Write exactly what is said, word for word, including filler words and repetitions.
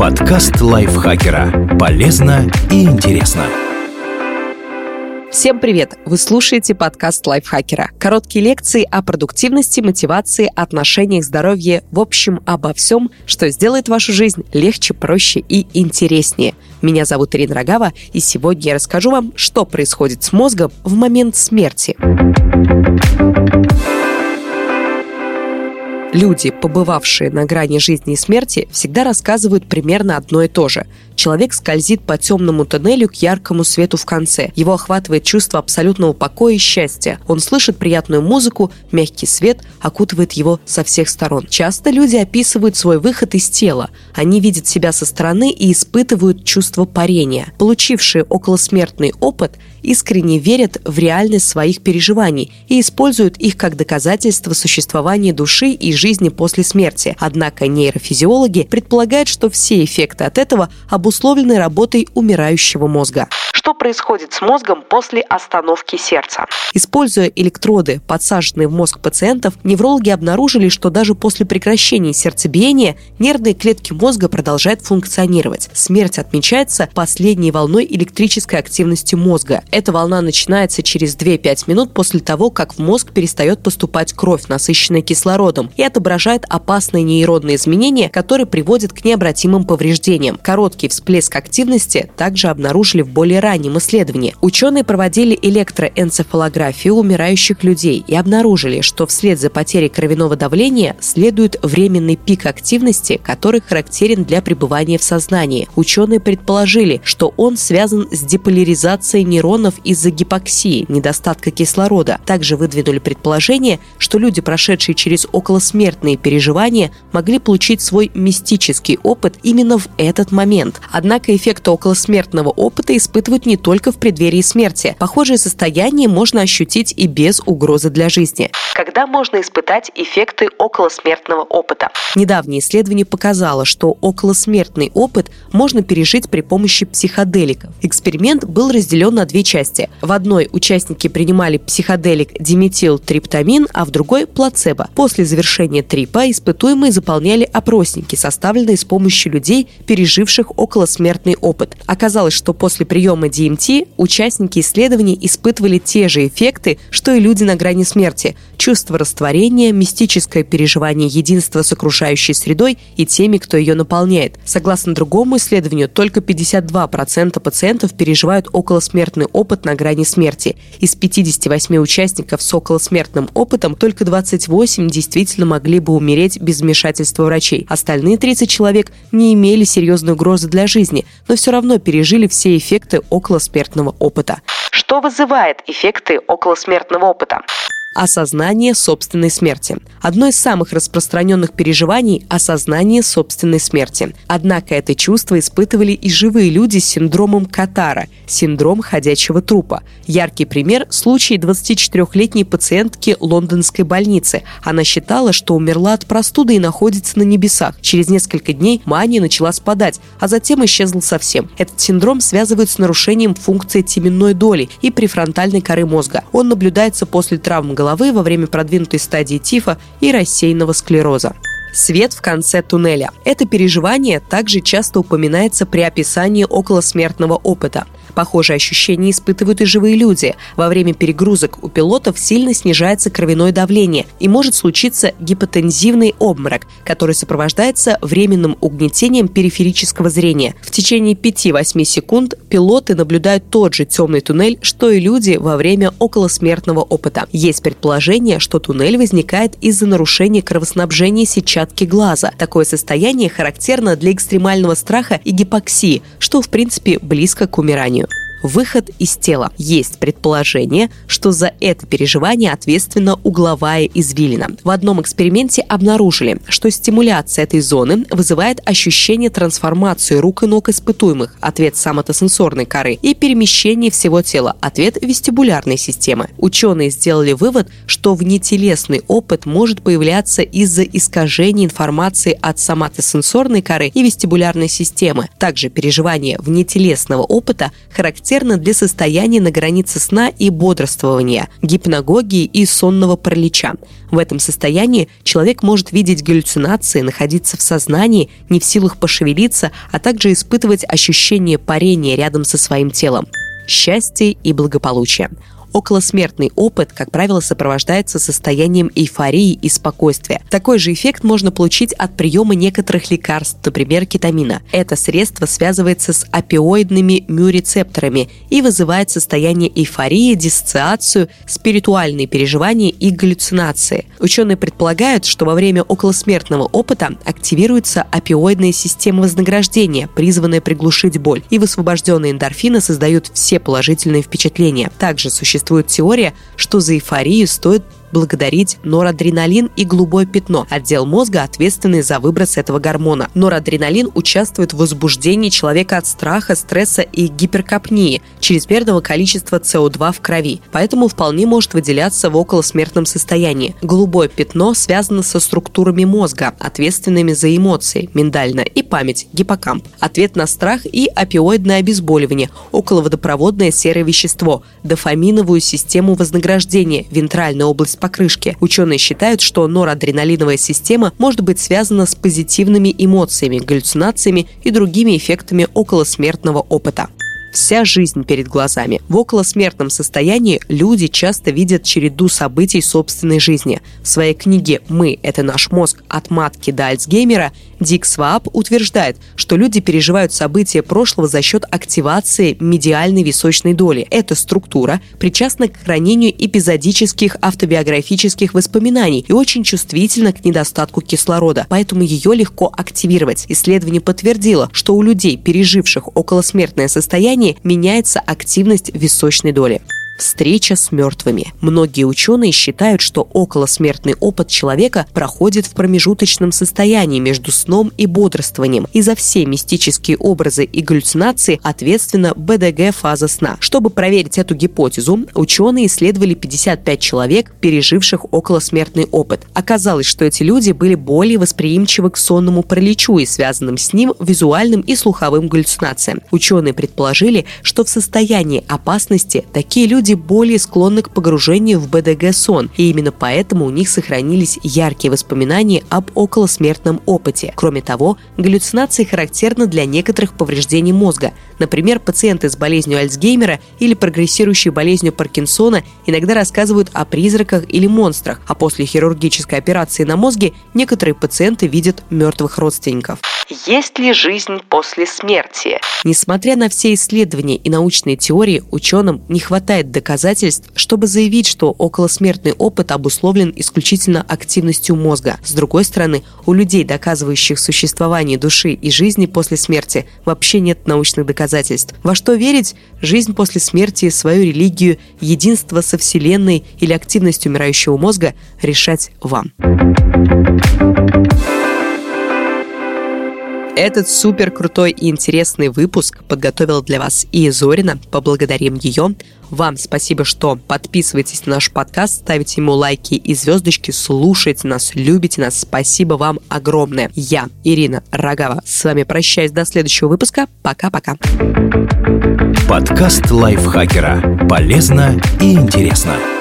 Подкаст лайфхакера. Полезно и интересно. Всем привет! Вы слушаете подкаст лайфхакера. Короткие лекции о продуктивности, мотивации, отношениях, здоровье, в общем, обо всем, что сделает вашу жизнь легче, проще и интереснее. Меня зовут Ирина Рогава, и сегодня я расскажу вам, что происходит с мозгом в момент смерти. Люди, побывавшие на грани жизни и смерти, всегда рассказывают примерно одно и то же. Человек скользит по темному тоннелю к яркому свету в конце. Его охватывает чувство абсолютного покоя и счастья. Он слышит приятную музыку, мягкий свет окутывает его со всех сторон. Часто люди описывают свой выход из тела. Они видят себя со стороны и испытывают чувство парения. Получившие околосмертный опыт искренне верят в реальность своих переживаний и используют их как доказательство существования души и жизни после смерти. Однако нейрофизиологи предполагают, что все эффекты от этого обусловлены работой умирающего мозга. Что происходит с мозгом после остановки сердца? Используя электроды, подсаженные в мозг пациентов, неврологи обнаружили, что даже после прекращения сердцебиения нервные клетки мозга продолжают функционировать. Смерть отмечается последней волной электрической активности мозга. Эта волна начинается через две-пять минут после того, как в мозг перестает поступать кровь, насыщенная кислородом, и отображает опасные нейронные изменения, которые приводят к необратимым повреждениям. Короткий всплеск активности также обнаружили в более раннем исследовании. Ученые проводили электроэнцефалографию умирающих людей и обнаружили, что вслед за потерей кровяного давления следует временный пик активности, который характерен для пребывания в сознании. Ученые предположили, что он связан с деполяризацией нейронов из-за гипоксии, недостатка кислорода. Также выдвинули предположение, что люди, прошедшие через околосмертные переживания, могли получить свой мистический опыт именно в этот момент. Однако эффекты околосмертного опыта испытывают не только в преддверии смерти. Похожее состояние можно ощутить и без угрозы для жизни. Когда можно испытать эффекты околосмертного опыта? Недавнее исследование показало, что околосмертный опыт можно пережить при помощи психоделиков. Эксперимент был разделен на две части. В одной участники принимали психоделик диметилтриптамин, а в другой – плацебо. После завершения трипа испытуемые заполняли опросники, составленные с помощью людей, переживших околосмертный опыт. Оказалось, что после приема ди эм ти участники исследований испытывали те же эффекты, что и люди на грани смерти – чувство растворения, мистическое переживание единства с окружающей средой и теми, кто ее наполняет. Согласно другому исследованию, только пятьдесят два процента пациентов переживают околосмертный опыт на грани смерти. Из пятидесяти восьми участников с околосмертным опытом только двадцать восемь действительно могли бы умереть без вмешательства врачей. Остальные тридцать человек не имели серьезной угрозы для жизни, но все равно пережили все эффекты околосмертного опыта. Что вызывает эффекты околосмертного опыта? Осознание собственной смерти. Одно из самых распространенных переживаний – осознание собственной смерти. Однако это чувство испытывали и живые люди с синдромом Катара – синдром ходячего трупа. Яркий пример – случай двадцатичетырёхлетней пациентки лондонской больницы. Она считала, что умерла от простуды и находится на небесах. Через несколько дней мания начала спадать, а затем исчезла совсем. Этот синдром связывают с нарушением функции теменной доли и префронтальной коры мозга. Он наблюдается после травм головы во время продвинутой стадии тифа и рассеянного склероза. Свет в конце туннеля. Это переживание также часто упоминается при описании околосмертного опыта. Похожие ощущения испытывают и живые люди. Во время перегрузок у пилотов сильно снижается кровяное давление и может случиться гипотензивный обморок, который сопровождается временным угнетением периферического зрения. В течение пяти-восьми секунд пилоты наблюдают тот же темный туннель, что и люди во время околосмертного опыта. Есть предположение, что туннель возникает из-за нарушения кровоснабжения сетчатки глаза. Такое состояние характерно для экстремального страха и гипоксии, что в принципе близко к умиранию. Выход из тела. Есть предположение, что за это переживание ответственна угловая извилина. В одном эксперименте обнаружили, что стимуляция этой зоны вызывает ощущение трансформации рук и ног испытуемых, ответ соматосенсорной коры, и перемещение всего тела, ответ вестибулярной системы. Ученые сделали вывод, что внетелесный опыт может появляться из-за искажения информации от соматосенсорной коры и вестибулярной системы. Также переживание внетелесного опыта характерно характерно для состояния на границе сна и бодрствования, гипнагогии и сонного паралича. В этом состоянии человек может видеть галлюцинации, находиться в сознании, не в силах пошевелиться, а также испытывать ощущение парения рядом со своим телом. Счастье и благополучие. Околосмертный опыт, как правило, сопровождается состоянием эйфории и спокойствия. Такой же эффект можно получить от приема некоторых лекарств, например, кетамина. Это средство связывается с опиоидными мю-рецепторами и вызывает состояние эйфории, диссоциацию, спиритуальные переживания и галлюцинации. Ученые предполагают, что во время околосмертного опыта активируется опиоидная система вознаграждения, призванная приглушить боль, и высвобожденные эндорфины создают все положительные впечатления. Также существует Существует теория, что за эйфорию стоит благодарить норадреналин и голубое пятно, отдел мозга, ответственный за выброс этого гормона. Норадреналин участвует в возбуждении человека от страха, стресса и гиперкапнии, чрезмерного количества си о два в крови, поэтому вполне может выделяться в околосмертном состоянии. Голубое пятно связано со структурами мозга, ответственными за эмоции, миндальная и память, гиппокамп, ответ на страх и опиоидное обезболивание, околоводопроводное серое вещество, дофаминовую систему вознаграждения, вентральная область покрышки. Ученые считают, что норадреналиновая система может быть связана с позитивными эмоциями, галлюцинациями и другими эффектами околосмертного опыта. Вся жизнь перед глазами. В околосмертном состоянии люди часто видят череду событий собственной жизни. В своей книге «Мы – это наш мозг. От матки до Альцгеймера» Дик Сваап утверждает, что люди переживают события прошлого за счет активации медиальной височной доли. Эта структура причастна к хранению эпизодических автобиографических воспоминаний и очень чувствительна к недостатку кислорода, поэтому ее легко активировать. Исследование подтвердило, что у людей, переживших околосмертное состояние, меняется активность височной доли. Встреча с мертвыми. Многие ученые считают, что околосмертный опыт человека проходит в промежуточном состоянии между сном и бодрствованием, и за все мистические образы и галлюцинации ответственна бэ дэ гэ-фаза сна. Чтобы проверить эту гипотезу, ученые исследовали пятьдесят пять человек, переживших околосмертный опыт. Оказалось, что эти люди были более восприимчивы к сонному параличу и связанным с ним визуальным и слуховым галлюцинациям. Ученые предположили, что в состоянии опасности такие люди более склонны к погружению в бэ дэ гэ-сон, и именно поэтому у них сохранились яркие воспоминания об околосмертном опыте. Кроме того, галлюцинации характерны для некоторых повреждений мозга. Например, пациенты с болезнью Альцгеймера или прогрессирующей болезнью Паркинсона иногда рассказывают о призраках или монстрах, а после хирургической операции на мозге некоторые пациенты видят мертвых родственников. Есть ли жизнь после смерти? Несмотря на все исследования и научные теории, ученым не хватает доказательств, чтобы заявить, что околосмертный опыт обусловлен исключительно активностью мозга. С другой стороны, у людей, доказывающих существование души и жизни после смерти, вообще нет научных доказательств. Во что верить? Жизнь после смерти, свою религию, единство со Вселенной или активность умирающего мозга решать вам. Этот супер крутой и интересный выпуск подготовила для вас и Зорина. Поблагодарим ее. Вам спасибо, что подписываетесь на наш подкаст, ставите ему лайки и звездочки, слушайте нас, любите нас. Спасибо вам огромное. Я, Ирина Рогава, с вами прощаюсь до следующего выпуска. Пока-пока. Подкаст лайфхакера. Полезно и интересно.